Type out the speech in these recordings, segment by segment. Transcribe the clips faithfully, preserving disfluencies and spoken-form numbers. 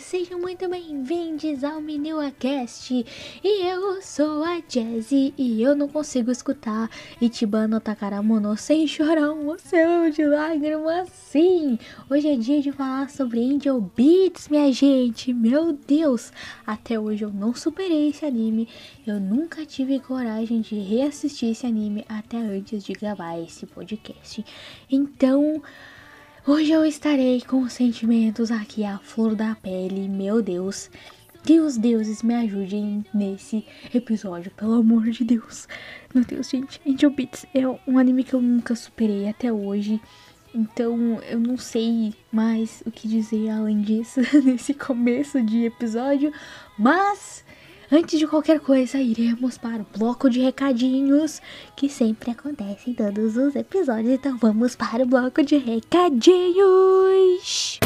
sejam muito bem-vindos ao MiniwaCast. E eu sou a Jessie e eu não consigo escutar Ichiban no Takaramono sem chorar um oceano de lágrimas. Sim, hoje é dia de falar sobre Angel Beats, minha gente. Meu Deus, até hoje eu não superei esse anime. Eu nunca tive coragem de reassistir esse anime até antes de gravar esse podcast. Então... hoje eu estarei com sentimentos aqui à flor da pele, meu Deus. Que os deuses me ajudem nesse episódio, pelo amor de Deus. Meu Deus, gente, Angel Beats é um anime que eu nunca superei até hoje. Então eu não sei mais o que dizer além disso nesse começo de episódio. Mas... antes de qualquer coisa, iremos para o bloco de recadinhos, que sempre acontece em todos os episódios. Então vamos para o bloco de recadinhos.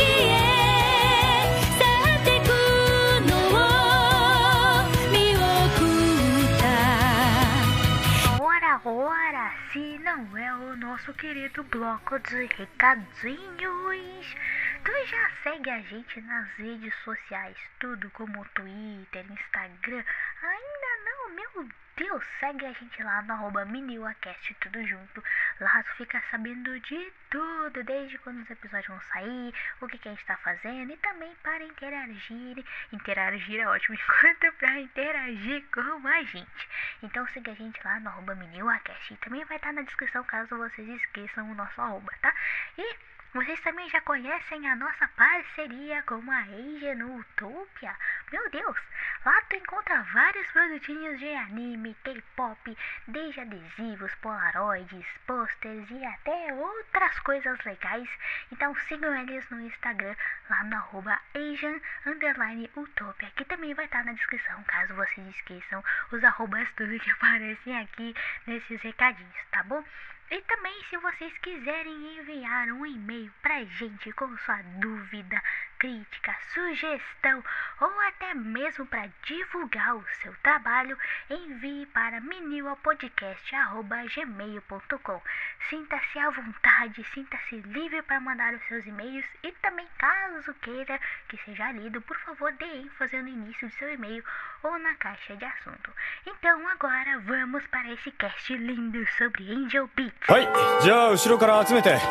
Ora, ora, se não é o nosso querido bloco de recadinhos. Tu já segue a gente nas redes sociais, tudo como Twitter, Instagram? Ainda não? Meu Deus, segue a gente lá no arroba MiniwaCast, tudo junto. Lá tu fica sabendo de tudo, desde quando os episódios vão sair, o que, que a gente tá fazendo, e também para interagir. Interagir é ótimo, enquanto para interagir com a gente. Então siga a gente lá no arroba MiniwaCast, e também vai estar na descrição caso vocês esqueçam o nosso arroba, tá? E... vocês também já conhecem a nossa parceria com a Asian Utopia? Meu Deus, lá tu encontra vários produtinhos de anime, K-pop, desde adesivos, polaroids, posters e até outras coisas legais. Então sigam eles no Instagram, lá no arroba Asian underline Utopia, que também vai estar na descrição, caso vocês esqueçam os arrobas tudo que aparecem aqui nesses recadinhos, tá bom? E também, se vocês quiserem enviar um e-mail pra gente com sua dúvida, crítica, sugestão ou até mesmo para divulgar o seu trabalho, envie para miniwapodcast arroba gmail ponto com. Sinta-se à vontade, sinta-se livre para mandar os seus e-mails e também, caso queira que seja lido, por favor, dê ênfase no início do seu e-mail ou na caixa de assunto. Então agora vamos para esse cast lindo sobre Angel Beats. Oi, já, últimoから集めて.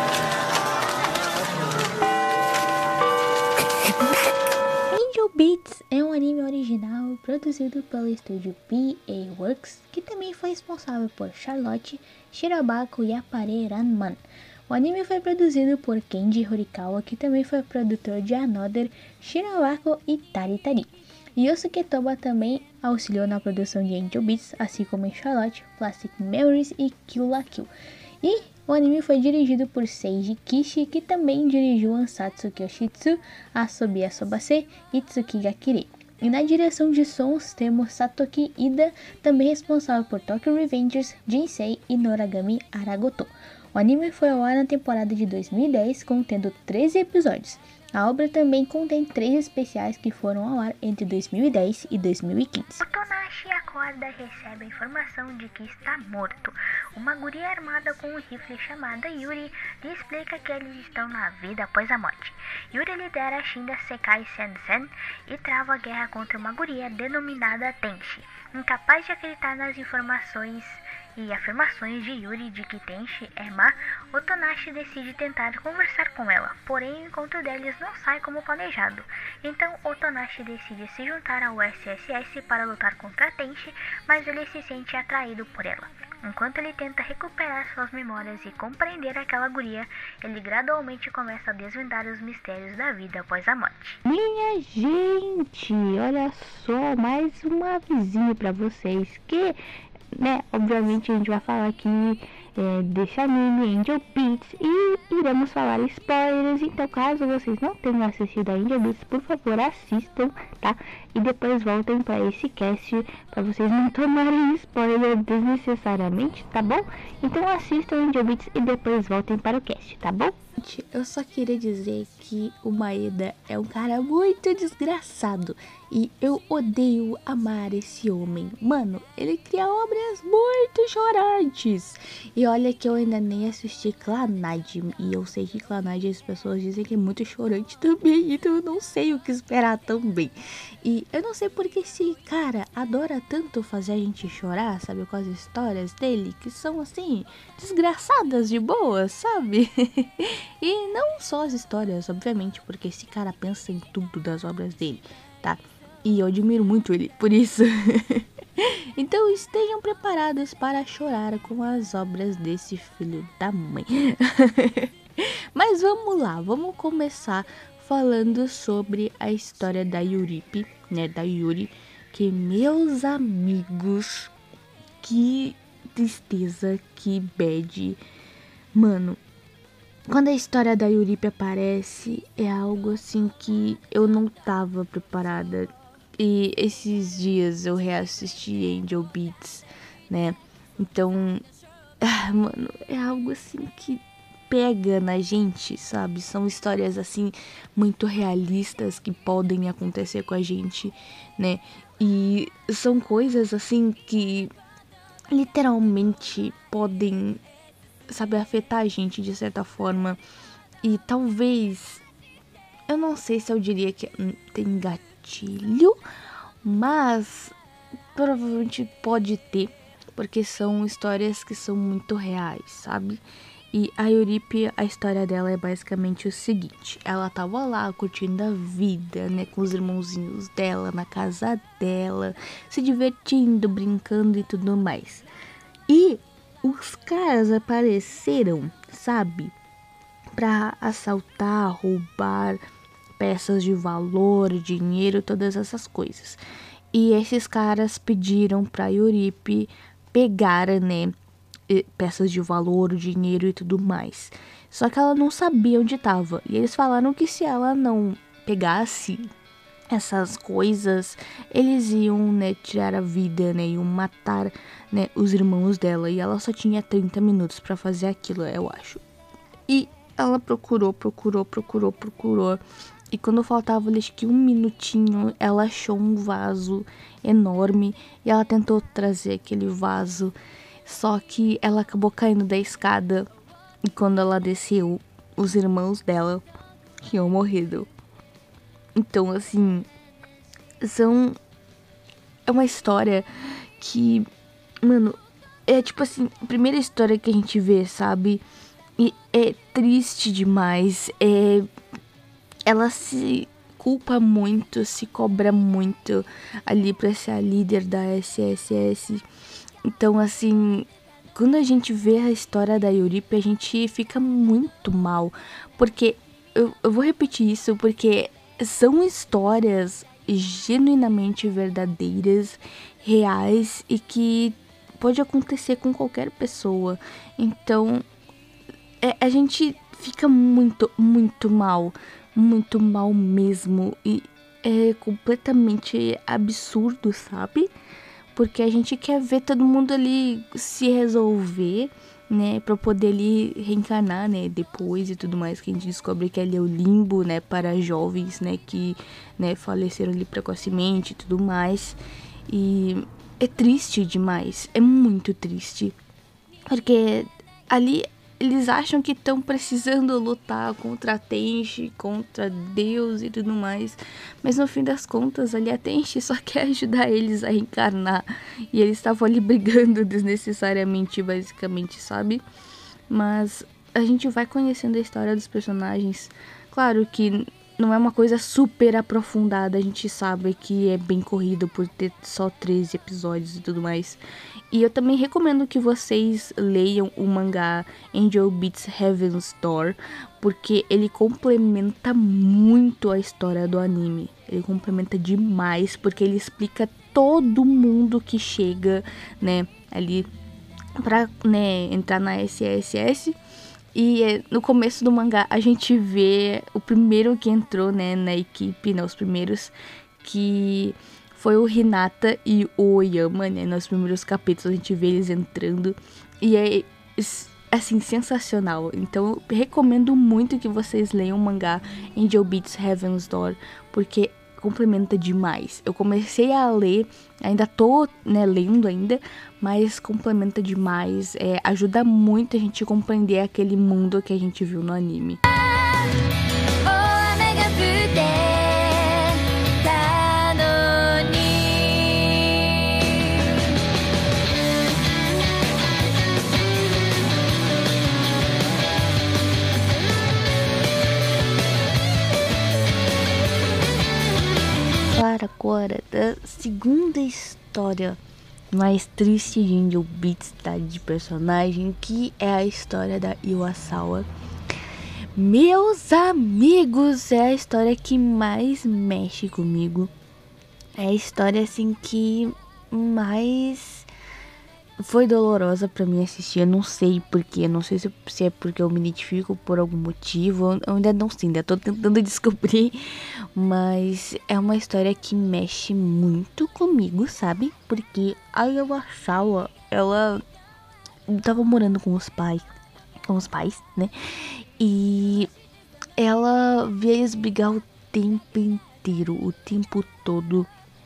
Angel Beats é um anime original produzido pelo estúdio P A Works, que também foi responsável por Charlotte, Shirobako e Appare Ranman. O anime foi produzido por Kenji Horikawa, que também foi produtor de Another, Shirobako e Tari Tari. Yosuke Toba também auxiliou na produção de Angel Beats, assim como em Charlotte, Plastic Memories e Kill la Kill. E o anime foi dirigido por Seiji Kishi, que também dirigiu Ansatsu Kyoshitsu, Asobi Asobase e Tsukiga Kiri. E na direção de sons temos Satoki Ida, também responsável por Tokyo Revengers, Jinsei e Noragami Aragoto. O anime foi ao ar na temporada de dois mil e dez, contendo treze episódios. A obra também contém três especiais que foram ao ar entre dois mil e dez e dois mil e quinze. Otonashi acorda e recebe a informação de que está morto. Uma guria armada com um rifle chamada Yuri lhe explica que eles estão na vida após a morte. Yuri lidera a Shinda Sekai Sensen e trava a guerra contra uma guria denominada Tenshi. Incapaz de acreditar nas informações e afirmações de Yuri de que Tenshi é má, Otonashi decide tentar conversar com ela, porém o encontro deles não sai como planejado. Então Otonashi decide se juntar ao S S S para lutar contra Tenshi, mas ele se sente atraído por ela. Enquanto ele tenta recuperar suas memórias e compreender aquela guria, ele gradualmente começa a desvendar os mistérios da vida após a morte. Minha gente, olha só, mais um avisinho para vocês que... né, obviamente a gente vai falar aqui é, desse anime Angel Beats e iremos falar spoilers, então caso vocês não tenham assistido a Angel Beats, por favor assistam, tá? E depois voltem para esse cast para vocês não tomarem spoiler desnecessariamente, tá bom? Então assistam Angel Beats e depois voltem para o cast, tá bom? Gente, eu só queria dizer que o Maeda é um cara muito desgraçado e eu odeio amar esse homem. Mano, ele cria obras muito chorantes. E olha que eu ainda nem assisti Clannad e eu sei que Clannad as pessoas dizem que é muito chorante também, então eu não sei o que esperar também. E eu não sei porque esse cara adora tanto fazer a gente chorar, sabe, com as histórias dele, que são assim, desgraçadas de boa, sabe? E não só as histórias, obviamente, porque esse cara pensa em tudo das obras dele, tá? E eu admiro muito ele por isso. Então estejam preparados para chorar com as obras desse filho da mãe. Mas vamos lá, vamos começar falando sobre a história da Yuripe, né, da Yuri, que meus amigos, que tristeza, que bad. Mano, quando a história da Yuripe aparece, é algo assim que eu não tava preparada. E esses dias eu reassisti Angel Beats, né? Então, ah, mano, é algo assim que pega na gente, sabe? São histórias assim muito realistas que podem acontecer com a gente, né? E são coisas assim que literalmente podem, sabe, afetar a gente de certa forma. E talvez, eu não sei se eu diria que tem gatilho, mas provavelmente pode ter, porque são histórias que são muito reais, sabe? E a Yuripe, a história dela é basicamente o seguinte: ela tava lá curtindo a vida, né, com os irmãozinhos dela, na casa dela, se divertindo, brincando e tudo mais. E os caras apareceram, sabe, pra assaltar, roubar peças de valor, dinheiro, todas essas coisas. E esses caras pediram pra Yuripe pegar, né, peças de valor, dinheiro e tudo mais. Só que ela não sabia onde estava. E eles falaram que se ela não pegasse essas coisas, eles iam, né, tirar a vida, né, iam matar, né, os irmãos dela. E ela só tinha trinta minutos pra fazer aquilo, eu acho. E ela procurou, procurou, procurou, procurou. E quando faltava, acho que um minutinho, ela achou um vaso enorme. E ela tentou trazer aquele vaso. Só que ela acabou caindo da escada. E quando ela desceu, os irmãos dela tinham morrido. Então, assim, são... é uma história que, mano, é tipo assim, a primeira história que a gente vê, sabe? E é triste demais. É... ela se culpa muito, se cobra muito ali pra ser a líder da S S S. Então, assim, quando a gente vê a história da Yuripe, a gente fica muito mal. Porque, eu, eu vou repetir isso, porque são histórias genuinamente verdadeiras, reais e que pode acontecer com qualquer pessoa. Então, é, a gente fica muito, muito mal. Muito mal mesmo. E é completamente absurdo, sabe? Porque a gente quer ver todo mundo ali se resolver, né? Pra poder ali reencarnar, né? Depois e tudo mais, que a gente descobre que ali é o limbo, né? Para jovens, né? Que, né, faleceram ali precocemente e tudo mais. E é triste demais. É muito triste. Porque ali eles acham que estão precisando lutar contra a Tenchi, contra Deus e tudo mais. Mas no fim das contas, ali a Tenchi só quer ajudar eles a reencarnar. E eles estavam ali brigando desnecessariamente, basicamente, sabe? Mas a gente vai conhecendo a história dos personagens. Claro que não é uma coisa super aprofundada. A gente sabe que é bem corrido por ter só treze episódios e tudo mais. E eu também recomendo que vocês leiam o mangá Angel Beats Heaven's Door, porque ele complementa muito a história do anime. Ele complementa demais, porque ele explica todo mundo que chega, né, ali pra, né, entrar na S S S. E é, no começo do mangá a gente vê o primeiro que entrou, né, na equipe, né, os primeiros, que foi o Hinata e o Oyama, né? Nos primeiros capítulos a gente vê eles entrando. E é assim, sensacional. Então eu recomendo muito que vocês leiam o mangá Angel Beats Heaven's Door, porque complementa demais. Eu comecei a ler, ainda tô, né, lendo ainda, mas complementa demais, é, ajuda muito a gente a compreender aquele mundo que a gente viu no anime. Agora, da segunda história mais triste de Angel Beats, tá, de personagem, que é a história da Iwasawa. Meus amigos, é a história que mais mexe comigo. É a história, assim, que mais foi dolorosa pra mim assistir. Eu não sei porquê, não sei se, se é porque eu me identifico por algum motivo. Eu ainda não sei, ainda tô tentando descobrir. Mas é uma história que mexe muito comigo, sabe? Porque a Iwasawa, ela tava morando com os pais, com os pais, né? E ela via eles brigar o tempo inteiro, o tempo todo.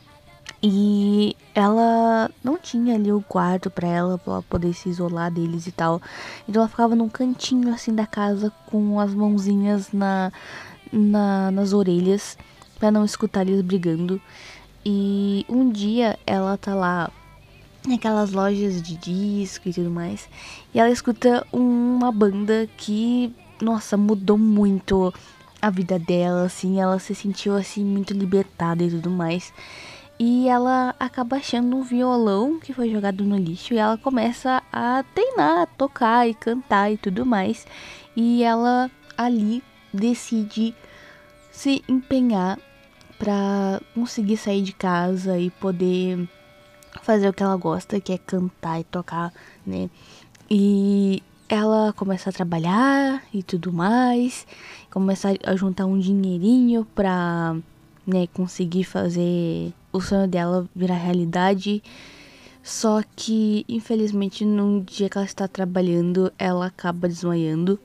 E ela não tinha ali o quarto pra ela, pra ela poder se isolar deles e tal. Então ela ficava num cantinho assim da casa com as mãozinhas na, na, nas orelhas pra não escutar eles brigando. E um dia ela tá lá naquelas lojas de disco e tudo mais, e ela escuta uma banda que, nossa, mudou muito a vida dela, assim. Ela se sentiu assim muito libertada e tudo mais. E ela acaba achando um violão que foi jogado no lixo e ela começa a treinar, a tocar e cantar e tudo mais. E ela ali decide se empenhar pra conseguir sair de casa e poder fazer o que ela gosta, que é cantar e tocar, né? E ela começa a trabalhar e tudo mais, começa a juntar um dinheirinho pra, né, conseguir fazer o sonho dela virar realidade. Só que, infelizmente, num dia que ela está trabalhando, ela acaba desmaiando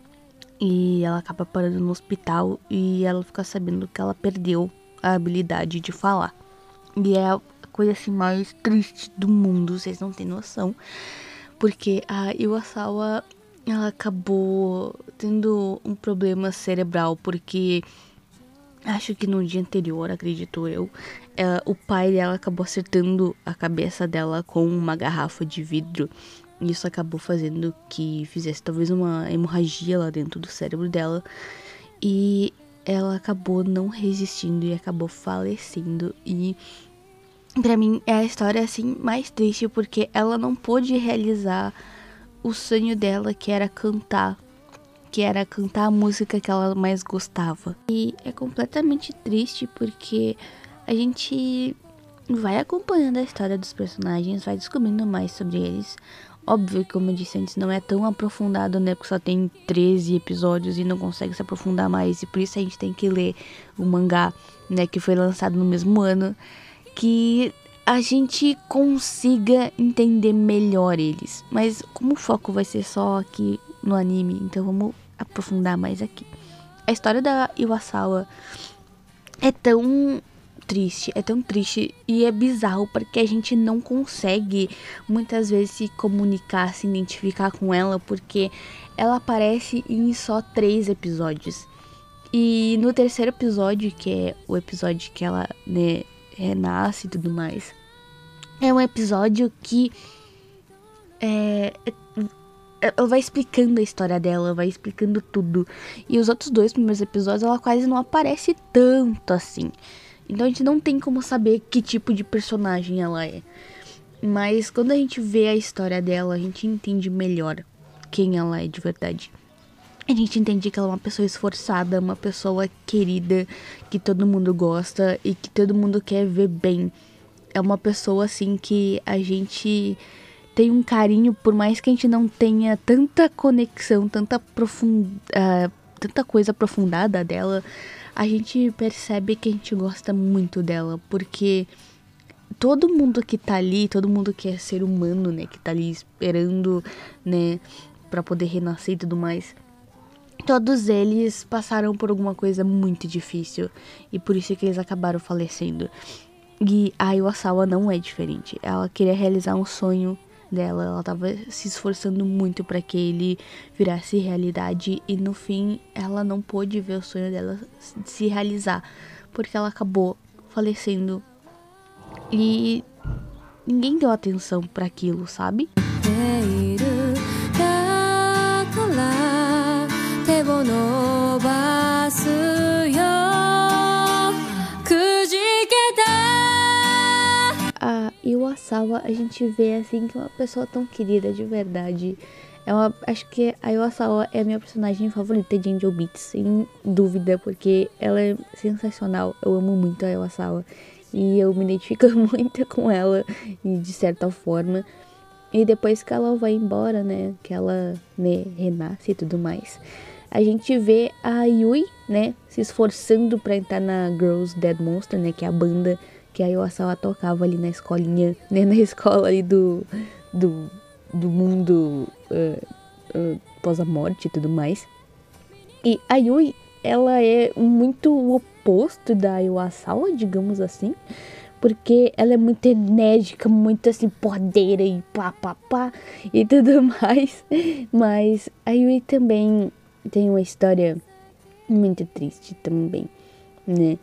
e ela acaba parando no hospital e ela fica sabendo que ela perdeu a habilidade de falar. E é a coisa assim mais triste do mundo, vocês não têm noção. Porque a Iwasawa, ela acabou tendo um problema cerebral, porque acho que no dia anterior, acredito eu, ela, o pai dela acabou acertando a cabeça dela com uma garrafa de vidro. E isso acabou fazendo que fizesse talvez uma hemorragia lá dentro do cérebro dela. E ela acabou não resistindo e acabou falecendo. E pra mim é a história assim mais triste, porque ela não pôde realizar o sonho dela, que era cantar. Que era cantar a música que ela mais gostava. E é completamente triste porque a gente vai acompanhando a história dos personagens, vai descobrindo mais sobre eles. Óbvio que, como eu disse antes, não é tão aprofundado, né? Porque só tem treze episódios e não consegue se aprofundar mais. E por isso a gente tem que ler o mangá, né? Que foi lançado no mesmo ano. Que a gente consiga entender melhor eles. Mas como o foco vai ser só aqui no anime, então vamos aprofundar mais aqui. A história da Iwasawa é tão triste, é tão triste e é bizarro porque a gente não consegue muitas vezes se comunicar, se identificar com ela, porque ela aparece em só três episódios. E no terceiro episódio, que é o episódio que ela, né, renasce e tudo mais, é um episódio que é, ela vai explicando a história dela, vai explicando tudo. E os outros dois primeiros episódios ela quase não aparece tanto assim. Então a gente não tem como saber que tipo de personagem ela é. Mas quando a gente vê a história dela, a gente entende melhor quem ela é de verdade. A gente entende que ela é uma pessoa esforçada, uma pessoa querida, que todo mundo gosta e que todo mundo quer ver bem. É uma pessoa assim que a gente tem um carinho, por mais que a gente não tenha tanta conexão, tanta, profund... uh, tanta coisa aprofundada dela, a gente percebe que a gente gosta muito dela, porque todo mundo que tá ali, todo mundo que é ser humano, né, que tá ali esperando, né, pra poder renascer e tudo mais. Todos eles passaram por alguma coisa muito difícil e por isso que eles acabaram falecendo. E a Iwasawa não é diferente. Ela queria realizar um sonho dela, ela tava se esforçando muito para que ele virasse realidade e no fim ela não pôde ver o sonho dela se realizar, porque ela acabou falecendo e ninguém deu atenção para aquilo, sabe? A Iwasawa, a gente vê assim que é uma pessoa tão querida de verdade. É uma, acho que a Iwasawa é a minha personagem favorita de Angel Beats, sem dúvida, porque ela é sensacional. Eu amo muito a Iwasawa e eu me identifico muito com ela, de certa forma. E depois que ela vai embora, né, que ela, né, renasce e tudo mais, a gente vê a Yui, né, se esforçando pra entrar na Girls Dead Monster, né, que é a banda que a Iwasawa tocava ali na escolinha, né, na escola ali do, do, do mundo uh, uh, pós a morte e tudo mais. E a Yui, ela é muito o oposto da Iwasawa, digamos assim, porque ela é muito enérgica, muito assim, podeira e pá, pá, pá, e tudo mais. Mas a Yui também tem uma história muito triste também, né,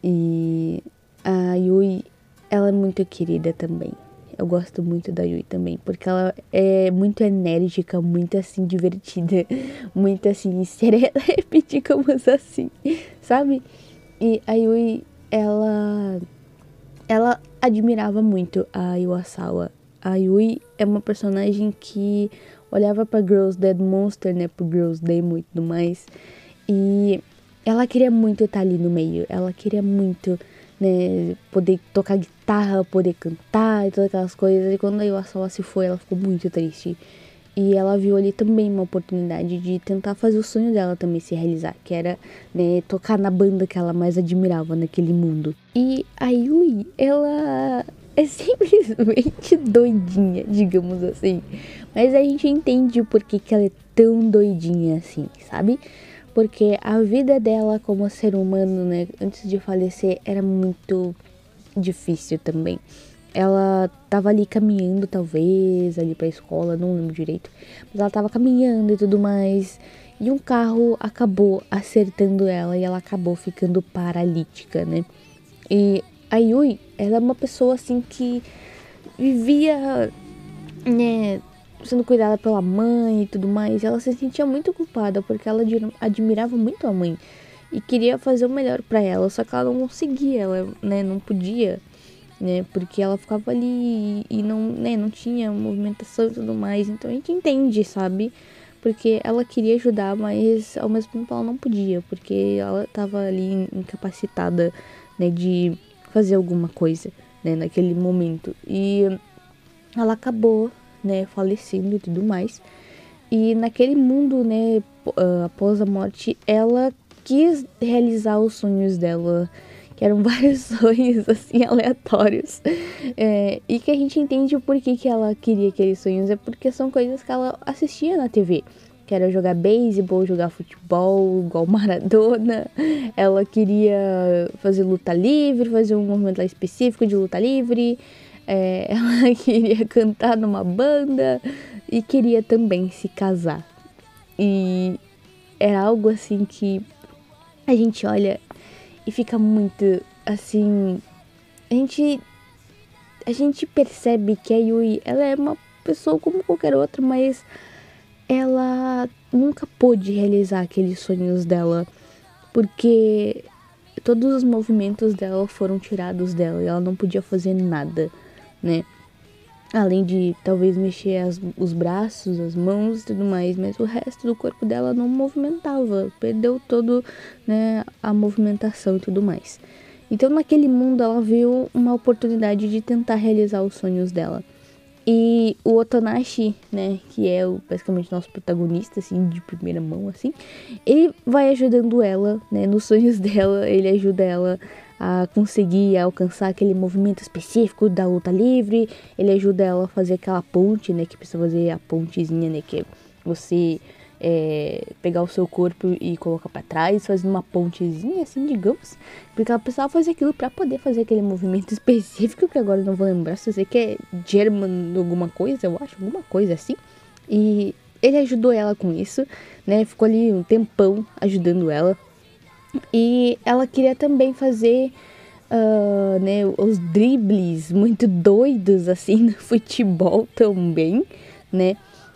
e a Yui, ela é muito querida também. Eu gosto muito da Yui também, porque ela é muito enérgica, muito assim, divertida, muito assim, serelepe, digamos assim, sabe? E a Yui, ela, ela admirava muito a Iwasawa. A Yui é uma personagem que olhava pra Girls Dead Monster, né, pro Girls Demo e tudo mais, e ela queria muito estar ali no meio, ela queria muito, né, poder tocar guitarra, poder cantar e todas aquelas coisas. E quando a Iwasawa se foi, ela ficou muito triste. E ela viu ali também uma oportunidade de tentar fazer o sonho dela também se realizar, que era, né, tocar na banda que ela mais admirava naquele mundo. E a Yui, ela é simplesmente doidinha, digamos assim. Mas a gente entende o porquê que ela é tão doidinha assim, sabe? Porque a vida dela como ser humano, né, antes de falecer, era muito difícil também. Ela tava ali caminhando, talvez, ali pra escola, não lembro direito. Mas ela tava caminhando e tudo mais. E um carro acabou acertando ela e ela acabou ficando paralítica, né? E a Yui, ela é uma pessoa assim que vivia, né, sendo cuidada pela mãe e tudo mais. Ela se sentia muito culpada porque ela admirava muito a mãe e queria fazer o melhor pra ela, só que ela não conseguia, ela, né, não podia, né, porque ela ficava ali e não, né, não tinha movimentação e tudo mais. Então a gente entende, sabe? Porque ela queria ajudar, mas ao mesmo tempo ela não podia, porque ela tava ali incapacitada, né, de fazer alguma coisa, né, naquele momento. E ela acabou, né, falecendo e tudo mais. E naquele mundo, né, após a morte, ela quis realizar os sonhos dela, que eram vários sonhos, assim, aleatórios. É, e que a gente entende o porquê que ela queria aqueles sonhos, é porque são coisas que ela assistia na T V. Que era jogar beisebol, jogar futebol, igual Maradona. Ela queria fazer luta livre, fazer um movimento lá específico de luta livre. É, ela queria cantar numa banda e queria também se casar. E era algo assim que a gente olha e fica muito assim, a gente a gente percebe que a Yui, ela é uma pessoa como qualquer outra, mas ela nunca pôde realizar aqueles sonhos dela, porque todos os movimentos dela foram tirados dela e ela não podia fazer nada, né? Além de talvez mexer as, os braços, as mãos e tudo mais, mas o resto do corpo dela não movimentava, perdeu todo, né, a movimentação e tudo mais. Então naquele mundo ela viu uma oportunidade de tentar realizar os sonhos dela. E o Otonashi, né, que é o, basicamente nosso protagonista, assim, de primeira mão, assim, ele vai ajudando ela, né, nos sonhos dela, ele ajuda ela a conseguir alcançar aquele movimento específico da luta livre, ele ajuda ela a fazer aquela ponte, né, que precisa fazer a pontezinha, né, que você é, pegar o seu corpo e colocar pra trás, fazendo uma pontezinha, assim, digamos. Porque ela precisava fazer aquilo pra poder fazer aquele movimento específico, que agora eu não vou lembrar, se eu sei que é German alguma coisa, eu acho, alguma coisa assim. E ele ajudou ela com isso, né, ficou ali um tempão ajudando ela. E ela queria também fazer uh, né, os dribles muito doidos, assim, no futebol também, né.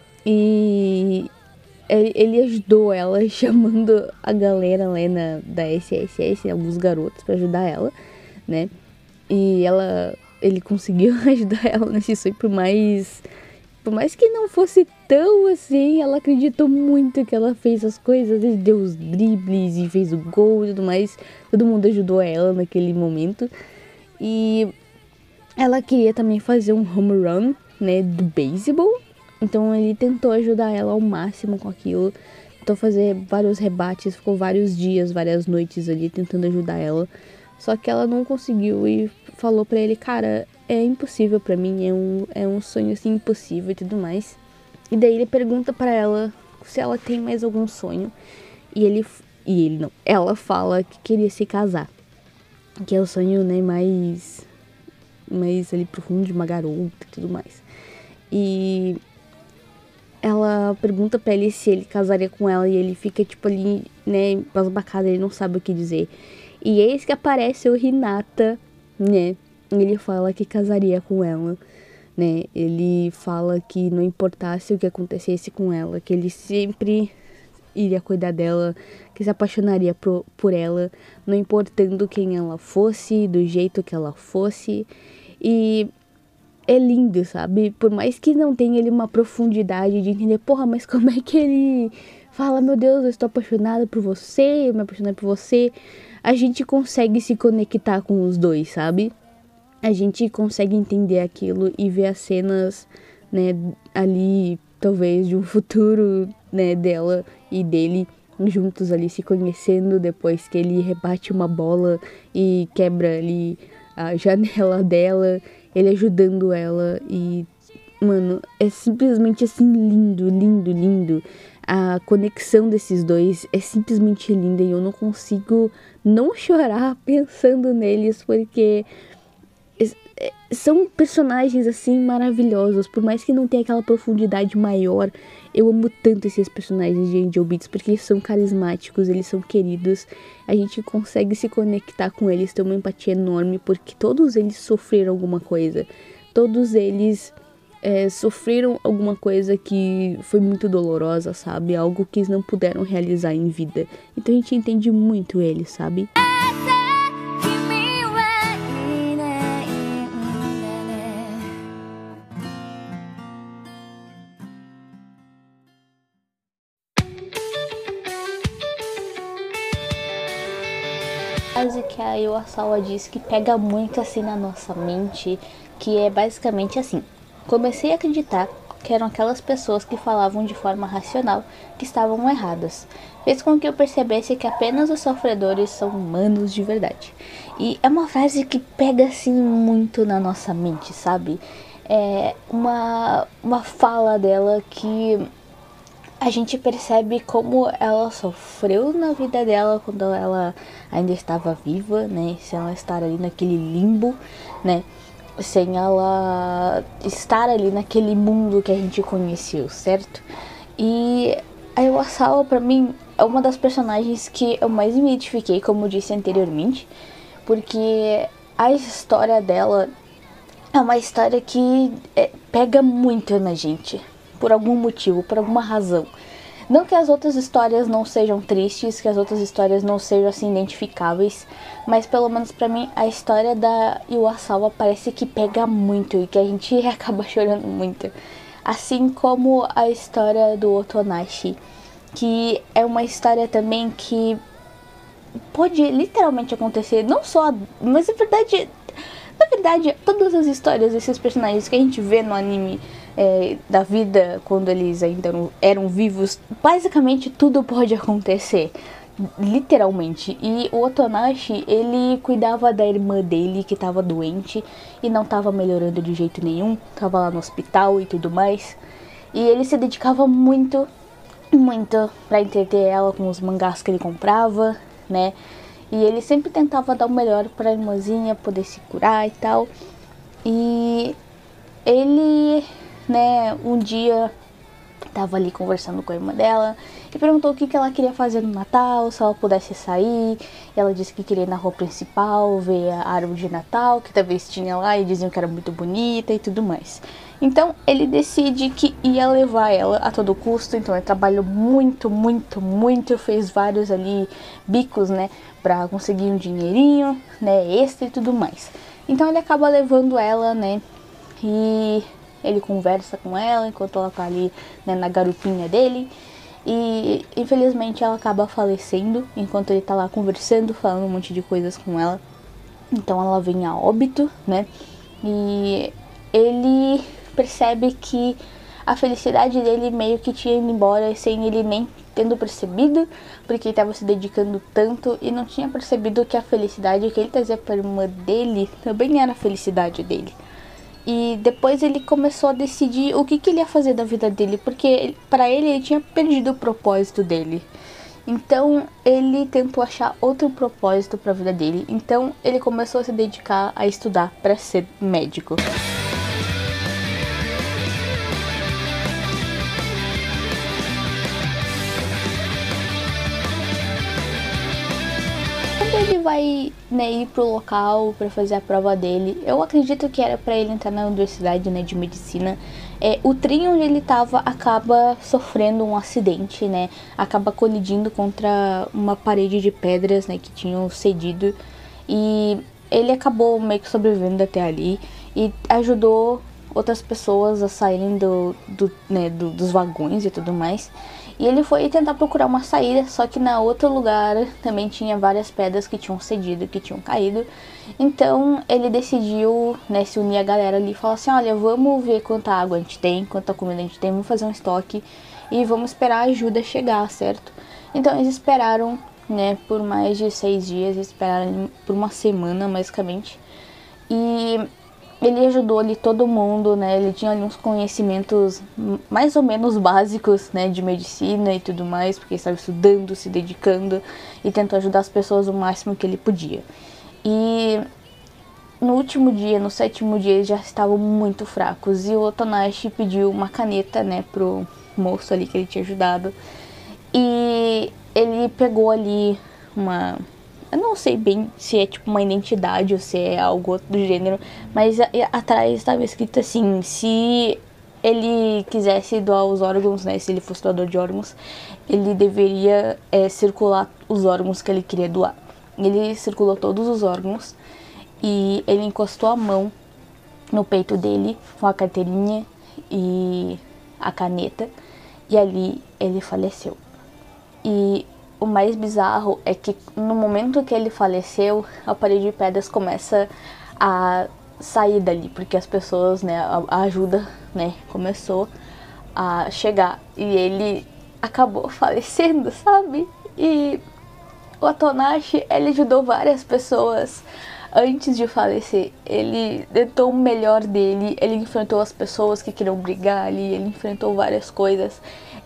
E ele, ele ajudou ela chamando a galera lá na, da S S S, alguns garotos, pra ajudar ela, né. E ela, ele conseguiu ajudar ela nesse sonho, por mais... Por mais que não fosse tão assim, ela acreditou muito que ela fez as coisas, e deu os dribles e fez o gol e tudo mais. Todo mundo ajudou ela naquele momento. E ela queria também fazer um home run, né, do beisebol. Então ele tentou ajudar ela ao máximo com aquilo. Tentou fazer vários rebates, ficou vários dias, várias noites ali tentando ajudar ela. Só que ela não conseguiu e falou pra ele, cara, é impossível pra mim, é um, é um sonho assim impossível e tudo mais. E daí ele pergunta pra ela se ela tem mais algum sonho. E ele, e ele não, ela fala que queria se casar. Que é o sonho, né, mais, mais ali profundo de uma garota e tudo mais. E ela pergunta pra ele se ele casaria com ela e ele fica tipo ali, né, embasbacado, ele não sabe o que dizer. E eis que aparece o Hinata, né, ele fala que casaria com ela, né, ele fala que não importasse o que acontecesse com ela, que ele sempre iria cuidar dela, que se apaixonaria por, por ela, não importando quem ela fosse, do jeito que ela fosse. E é lindo, sabe? Por mais que não tenha ele uma profundidade de entender, porra, mas como é que ele fala, meu Deus, eu estou apaixonada por você, eu me apaixonei por você. A gente consegue se conectar com os dois, sabe? A gente consegue entender aquilo e ver as cenas, né, ali, talvez, de um futuro, né, dela e dele juntos ali se conhecendo depois que ele rebate uma bola e quebra ali a janela dela, ele ajudando ela e, mano, é simplesmente assim lindo, lindo, lindo. A conexão desses dois é simplesmente linda e eu não consigo não chorar pensando neles, porque são personagens assim maravilhosos. Por mais que não tenha aquela profundidade maior, eu amo tanto esses personagens de Angel Beats, porque eles são carismáticos, eles são queridos, a gente consegue se conectar com eles, ter uma empatia enorme, porque todos eles sofreram alguma coisa, todos eles é, sofreram alguma coisa que foi muito dolorosa, sabe? Algo que eles não puderam realizar em vida. Então a gente entende muito eles, sabe? Frase que a Iwasawa diz que pega muito assim na nossa mente, que é basicamente assim: comecei a acreditar que eram aquelas pessoas que falavam de forma racional que estavam erradas. Fez com que eu percebesse que apenas os sofredores são humanos de verdade. E é uma frase que pega assim muito na nossa mente, sabe? É uma, uma fala dela que a gente percebe como ela sofreu na vida dela quando ela ainda estava viva, né? Sem ela estar ali naquele limbo, né? Sem ela estar ali naquele mundo que a gente conheceu, certo? E a Iwasawa, pra mim, é uma das personagens que eu mais me identifiquei, como eu disse anteriormente, porque a história dela é uma história que é, pega muito na gente, por algum motivo, por alguma razão. Não que as outras histórias não sejam tristes, que as outras histórias não sejam assim identificáveis, mas pelo menos pra mim a história da Iwasawa parece que pega muito e que a gente acaba chorando muito. Assim como a história do Otonashi, que é uma história também que pode literalmente acontecer, não só, mas na verdade, na verdade, todas as histórias desses personagens que a gente vê no anime é, da vida quando eles ainda eram, eram vivos, basicamente tudo pode acontecer, literalmente. E o Otonashi, ele cuidava da irmã dele que estava doente e não estava melhorando de jeito nenhum, estava lá no hospital e tudo mais. E ele se dedicava muito, muito pra entreter ela com os mangás que ele comprava, né? E ele sempre tentava dar o melhor pra irmãzinha poder se curar e tal. E ele, né, um dia tava ali conversando com a irmã dela e perguntou o que, que ela queria fazer no Natal, se ela pudesse sair. E ela disse que queria ir na rua principal, ver a árvore de Natal, que talvez tinha lá e diziam que era muito bonita e tudo mais. Então ele decide que ia levar ela a todo custo. Então ele trabalhou muito, muito, muito, fez vários ali bicos, né, pra conseguir um dinheirinho, né, extra e tudo mais. Então ele acaba levando ela, né, e ele conversa com ela enquanto ela tá ali, né, na garupinha dele. E infelizmente ela acaba falecendo enquanto ele tá lá conversando, falando um monte de coisas com ela. Então ela vem a óbito, né? E ele percebe que a felicidade dele meio que tinha ido embora sem ele nem tendo percebido, porque ele estava se dedicando tanto e não tinha percebido que a felicidade que ele trazia para a irmã dele também era a felicidade dele. E depois ele começou a decidir o que, que ele ia fazer da vida dele, porque para ele ele tinha perdido o propósito dele. Então ele tentou achar outro propósito para a vida dele. Então ele começou a se dedicar a estudar para ser médico. Ele vai, né, ir pro local para fazer a prova dele. Eu acredito que era para ele entrar na universidade, né, de medicina. É, o trem onde ele tava acaba sofrendo um acidente, né? Acaba colidindo contra uma parede de pedras, né, que tinham cedido. E ele acabou meio que sobrevivendo até ali e ajudou outras pessoas a saírem do, do, né, do, dos vagões e tudo mais. E ele foi tentar procurar uma saída, só que na outro lugar também tinha várias pedras que tinham cedido, que tinham caído. Então ele decidiu, né, se unir a galera ali e falar assim, olha, vamos ver quanta água a gente tem, quanta comida a gente tem, vamos fazer um estoque e vamos esperar a ajuda chegar, certo? Então eles esperaram, né, por mais de seis dias, esperaram por uma semana basicamente. E ele ajudou ali todo mundo, né, ele tinha ali uns conhecimentos mais ou menos básicos, né, de medicina e tudo mais, porque ele estava estudando, se dedicando e tentou ajudar as pessoas o máximo que ele podia. E no último dia, no sétimo dia, eles já estavam muito fracos e o Otonashi pediu uma caneta, né, pro moço ali que ele tinha ajudado. E ele pegou ali uma... Eu não sei bem se é tipo uma identidade ou se é algo do gênero, mas a, a, atrás estava escrito assim, se ele quisesse doar os órgãos, né, se ele fosse doador de órgãos, ele deveria é, circular os órgãos que ele queria doar. Ele circulou todos os órgãos e ele encostou a mão no peito dele com a carteirinha e a caneta e ali ele faleceu. E o mais bizarro é que no momento que ele faleceu, a parede de pedras começa a sair dali, porque as pessoas, né, a, a ajuda, né, começou a chegar e ele acabou falecendo, sabe? E o Otonashi, ele ajudou várias pessoas antes de falecer. Ele tentou o melhor dele, ele enfrentou as pessoas que queriam brigar ali, ele enfrentou várias coisas.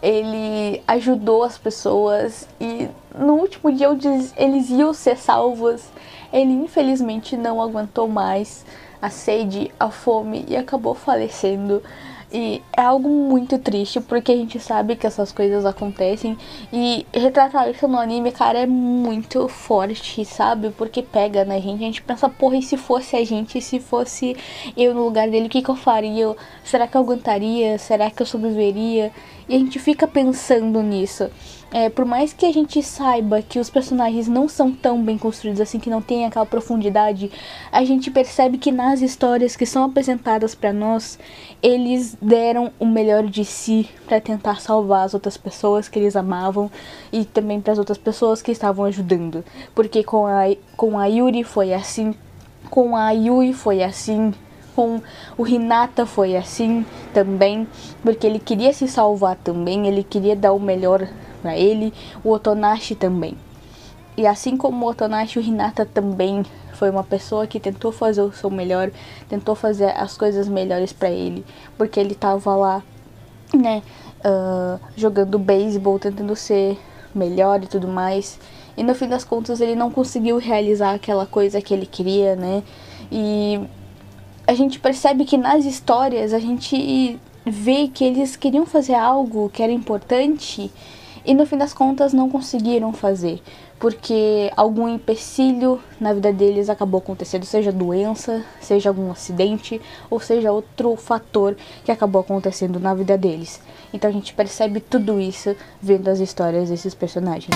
Ele ajudou as pessoas e no último dia eles iam ser salvos. Ele infelizmente não aguentou mais a sede, a fome e acabou falecendo. E é algo muito triste, porque a gente sabe que essas coisas acontecem. E retratar isso no anime, cara, é muito forte, sabe? Porque pega na gente. A gente pensa, porra, e se fosse a gente? Se fosse eu no lugar dele, o que que eu faria? Será que eu aguentaria? Será que eu sobreviveria? E a gente fica pensando nisso. É, por mais que a gente saiba que os personagens não são tão bem construídos assim, que não tem aquela profundidade, a gente percebe que nas histórias que são apresentadas pra nós, eles deram o melhor de si pra tentar salvar as outras pessoas que eles amavam e também para as outras pessoas que estavam ajudando. Porque com a, com a Yuri foi assim, com a Yui foi assim, com o Hinata foi assim também, porque ele queria se salvar também, ele queria dar o melhor pra ele, o Otonashi também. E assim como o Otonashi, o Hinata também foi uma pessoa que tentou fazer o seu melhor, tentou fazer as coisas melhores pra ele, porque ele tava lá né, uh, jogando beisebol, tentando ser melhor e tudo mais. E no fim das contas ele não conseguiu realizar aquela coisa que ele queria, né? E a gente percebe que nas histórias a gente vê que eles queriam fazer algo que era importante e no fim das contas não conseguiram fazer, porque algum empecilho na vida deles acabou acontecendo, seja doença, seja algum acidente, ou seja outro fator que acabou acontecendo na vida deles. Então a gente percebe tudo isso vendo as histórias desses personagens.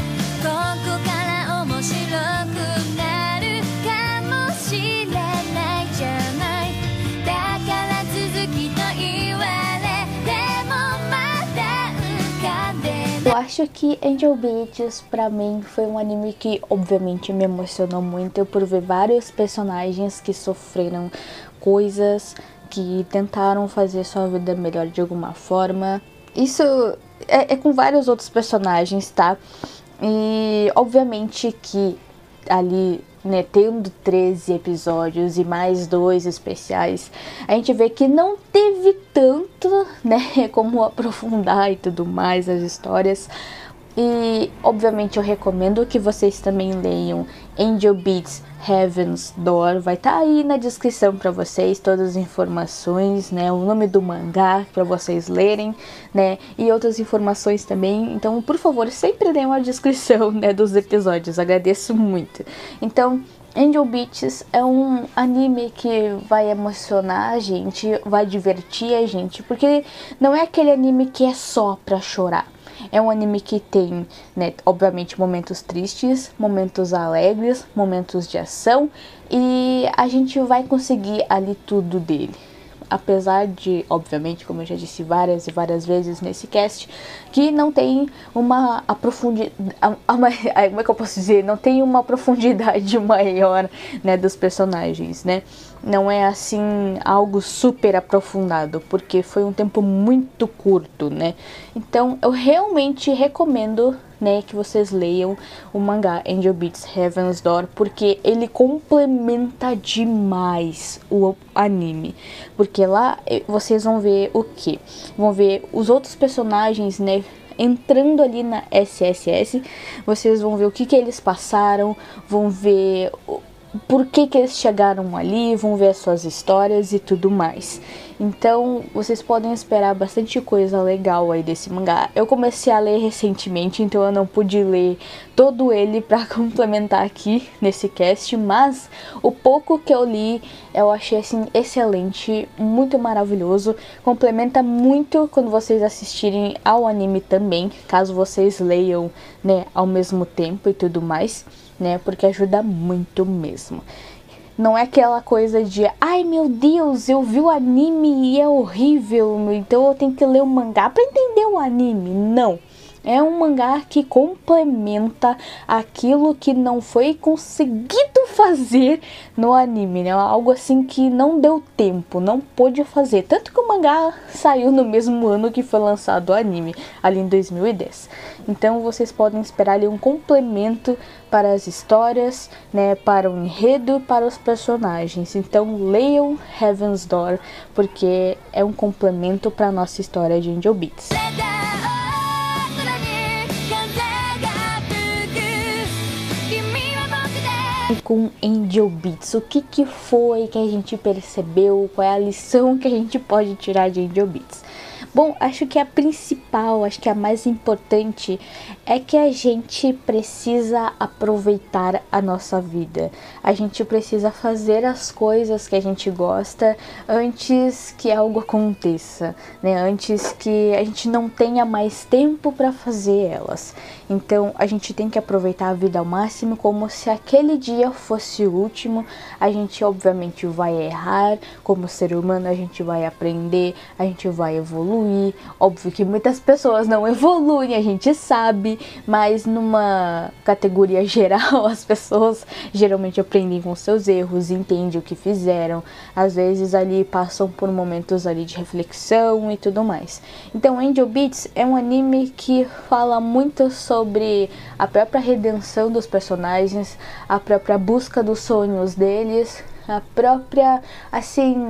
Eu acho que Angel Beats pra mim foi um anime que obviamente me emocionou muito por ver vários personagens que sofreram coisas, que tentaram fazer sua vida melhor de alguma forma. Isso é, é com vários outros personagens, tá? E obviamente que ali, né, tendo treze episódios e mais dois especiais, a gente vê que não teve tanto, né, como aprofundar e tudo mais as histórias. E obviamente eu recomendo que vocês também leiam Angel Beats Heaven's Door. Vai estar tá aí na descrição para vocês todas as informações, né, o nome do mangá para vocês lerem, né, e outras informações também. Então, por favor, sempre leiam a descrição, né, dos episódios. Agradeço muito. Então, Angel Beats é um anime que vai emocionar a gente, vai divertir a gente, porque não é aquele anime que é só pra chorar. É um anime que tem, né, obviamente momentos tristes, momentos alegres, momentos de ação, e a gente vai conseguir ali tudo dele. Apesar de, obviamente, como eu já disse várias e várias vezes nesse cast, que não tem uma profundidade, como é que eu posso dizer, não tem uma profundidade maior, né, dos personagens, né? Não é assim algo super aprofundado, porque foi um tempo muito curto, né? Então eu realmente recomendo, né, que vocês leiam o mangá Angel Beats Heaven's Door, porque ele complementa demais o anime. Porque lá vocês vão ver o que? Vão ver os outros personagens, né, entrando ali na S S S. Vocês vão ver o que que eles passaram, vão ver por que que eles chegaram ali, vão ver as suas histórias e tudo mais. Então, vocês podem esperar bastante coisa legal aí desse mangá. Eu comecei a ler recentemente, então eu não pude ler todo ele pra complementar aqui nesse cast, mas o pouco que eu li, eu achei assim excelente, muito maravilhoso. Complementa muito quando vocês assistirem ao anime também, caso vocês leiam, né, ao mesmo tempo e tudo mais, né, porque ajuda muito mesmo. Não é aquela coisa de, ai meu Deus, eu vi o anime e é horrível, então eu tenho que ler o mangá pra entender o anime. Não. É um mangá que complementa aquilo que não foi conseguido fazer no anime, né? Algo assim que não deu tempo, não pôde fazer. Tanto que o mangá saiu no mesmo ano que foi lançado o anime, ali em dois mil e dez. Então vocês podem esperar ali um complemento para as histórias, né? Para o enredo, para os personagens. Então leiam Heaven's Door, porque é um complemento para a nossa história de Angel Beats. E com Angel Beats, o que que foi que a gente percebeu? Qual é a lição que a gente pode tirar de Angel Beats? Bom, acho que a principal, acho que a mais importante é que a gente precisa aproveitar a nossa vida. A gente precisa fazer as coisas que a gente gosta antes que algo aconteça, né? Antes que a gente não tenha mais tempo para fazer elas. Então, a gente tem que aproveitar a vida ao máximo, como se aquele dia fosse o último. A gente obviamente vai errar, como ser humano a gente vai aprender, a gente vai evoluir. Óbvio que muitas pessoas não evoluem, a gente sabe, mas numa categoria geral as pessoas geralmente aprendem com seus erros, entendem o que fizeram, às vezes ali passam por momentos ali de reflexão e tudo mais. Então Angel Beats é um anime que fala muito sobre a própria redenção dos personagens, a própria busca dos sonhos deles, a própria, assim,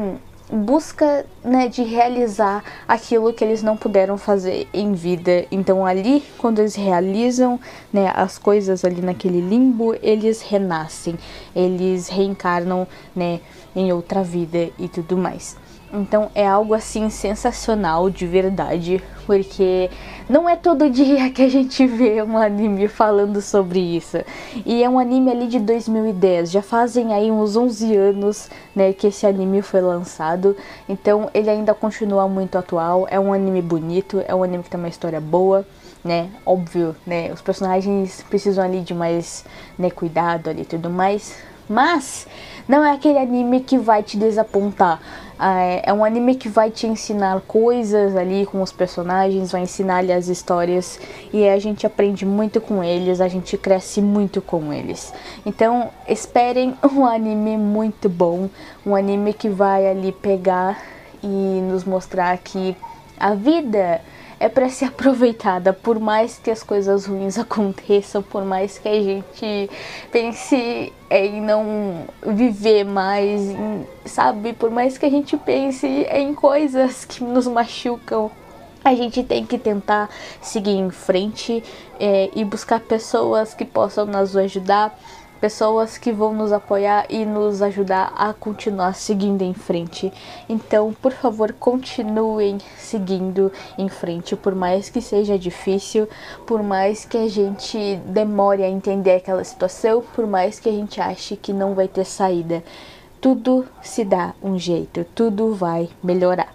busca, né, de realizar aquilo que eles não puderam fazer em vida. Então ali, quando eles realizam, né, as coisas ali naquele limbo, eles renascem, eles reencarnam, né, em outra vida e tudo mais. Então é algo assim sensacional de verdade, porque não é todo dia que a gente vê um anime falando sobre isso. E é um anime ali de dois mil e dez, já fazem aí uns onze anos, né, que esse anime foi lançado. Então ele ainda continua muito atual, é um anime bonito, é um anime que tem uma história boa, né, óbvio, né, os personagens precisam ali de mais, né, cuidado ali e tudo mais. Mas não é aquele anime que vai te desapontar. É um anime que vai te ensinar coisas ali com os personagens, vai ensinar ali as histórias e a gente aprende muito com eles, a gente cresce muito com eles. Então esperem um anime muito bom, um anime que vai ali pegar e nos mostrar que a vida é para ser aproveitada, por mais que as coisas ruins aconteçam, por mais que a gente pense em não viver mais, em, sabe? Por mais que a gente pense em coisas que nos machucam, a gente tem que tentar seguir em frente é, e buscar pessoas que possam nos ajudar, pessoas que vão nos apoiar e nos ajudar a continuar seguindo em frente. Então, por favor, continuem seguindo em frente, por mais que seja difícil, por mais que a gente demore a entender aquela situação, por mais que a gente ache que não vai ter saída. Tudo se dá um jeito, tudo vai melhorar.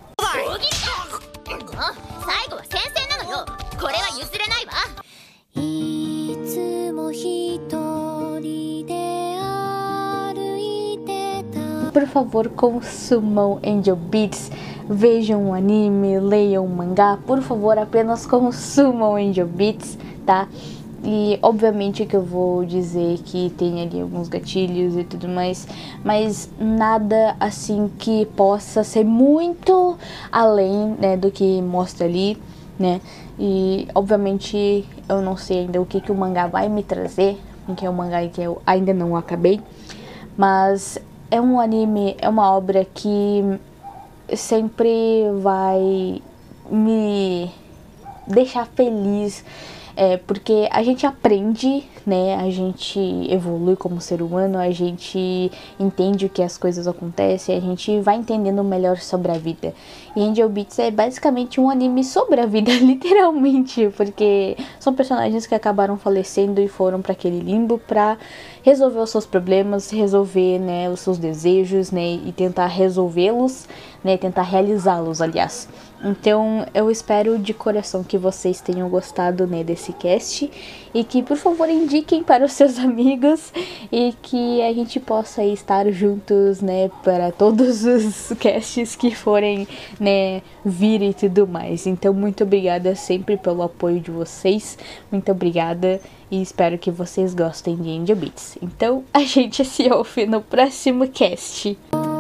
Por favor, consumam Angel Beats, vejam um anime, leiam um mangá, por favor, apenas consumam Angel Beats, tá? E obviamente que eu vou dizer que tem ali alguns gatilhos e tudo mais, mas nada assim que possa ser muito além, né, do que mostra ali, né? E obviamente eu não sei ainda o que, que o mangá vai me trazer, que é um mangá que eu ainda não acabei, mas é um anime, é uma obra que sempre vai me deixar feliz, é, porque a gente aprende, né, a gente evolui como ser humano, a gente entende o que as coisas acontecem, a gente vai entendendo melhor sobre a vida. E Angel Beats é basicamente um anime sobre a vida, literalmente, porque são personagens que acabaram falecendo e foram para aquele limbo para resolver os seus problemas, resolver, né, os seus desejos, né, e tentar resolvê-los, né, tentar realizá-los, aliás. Então eu espero de coração que vocês tenham gostado, né, desse cast e que por favor indiquem para os seus amigos e que a gente possa estar juntos, né, para todos os casts que forem, né, vir e tudo mais. Então muito obrigada sempre pelo apoio de vocês, muito obrigada e espero que vocês gostem de Angel Beats. Então a gente se ouve no próximo cast.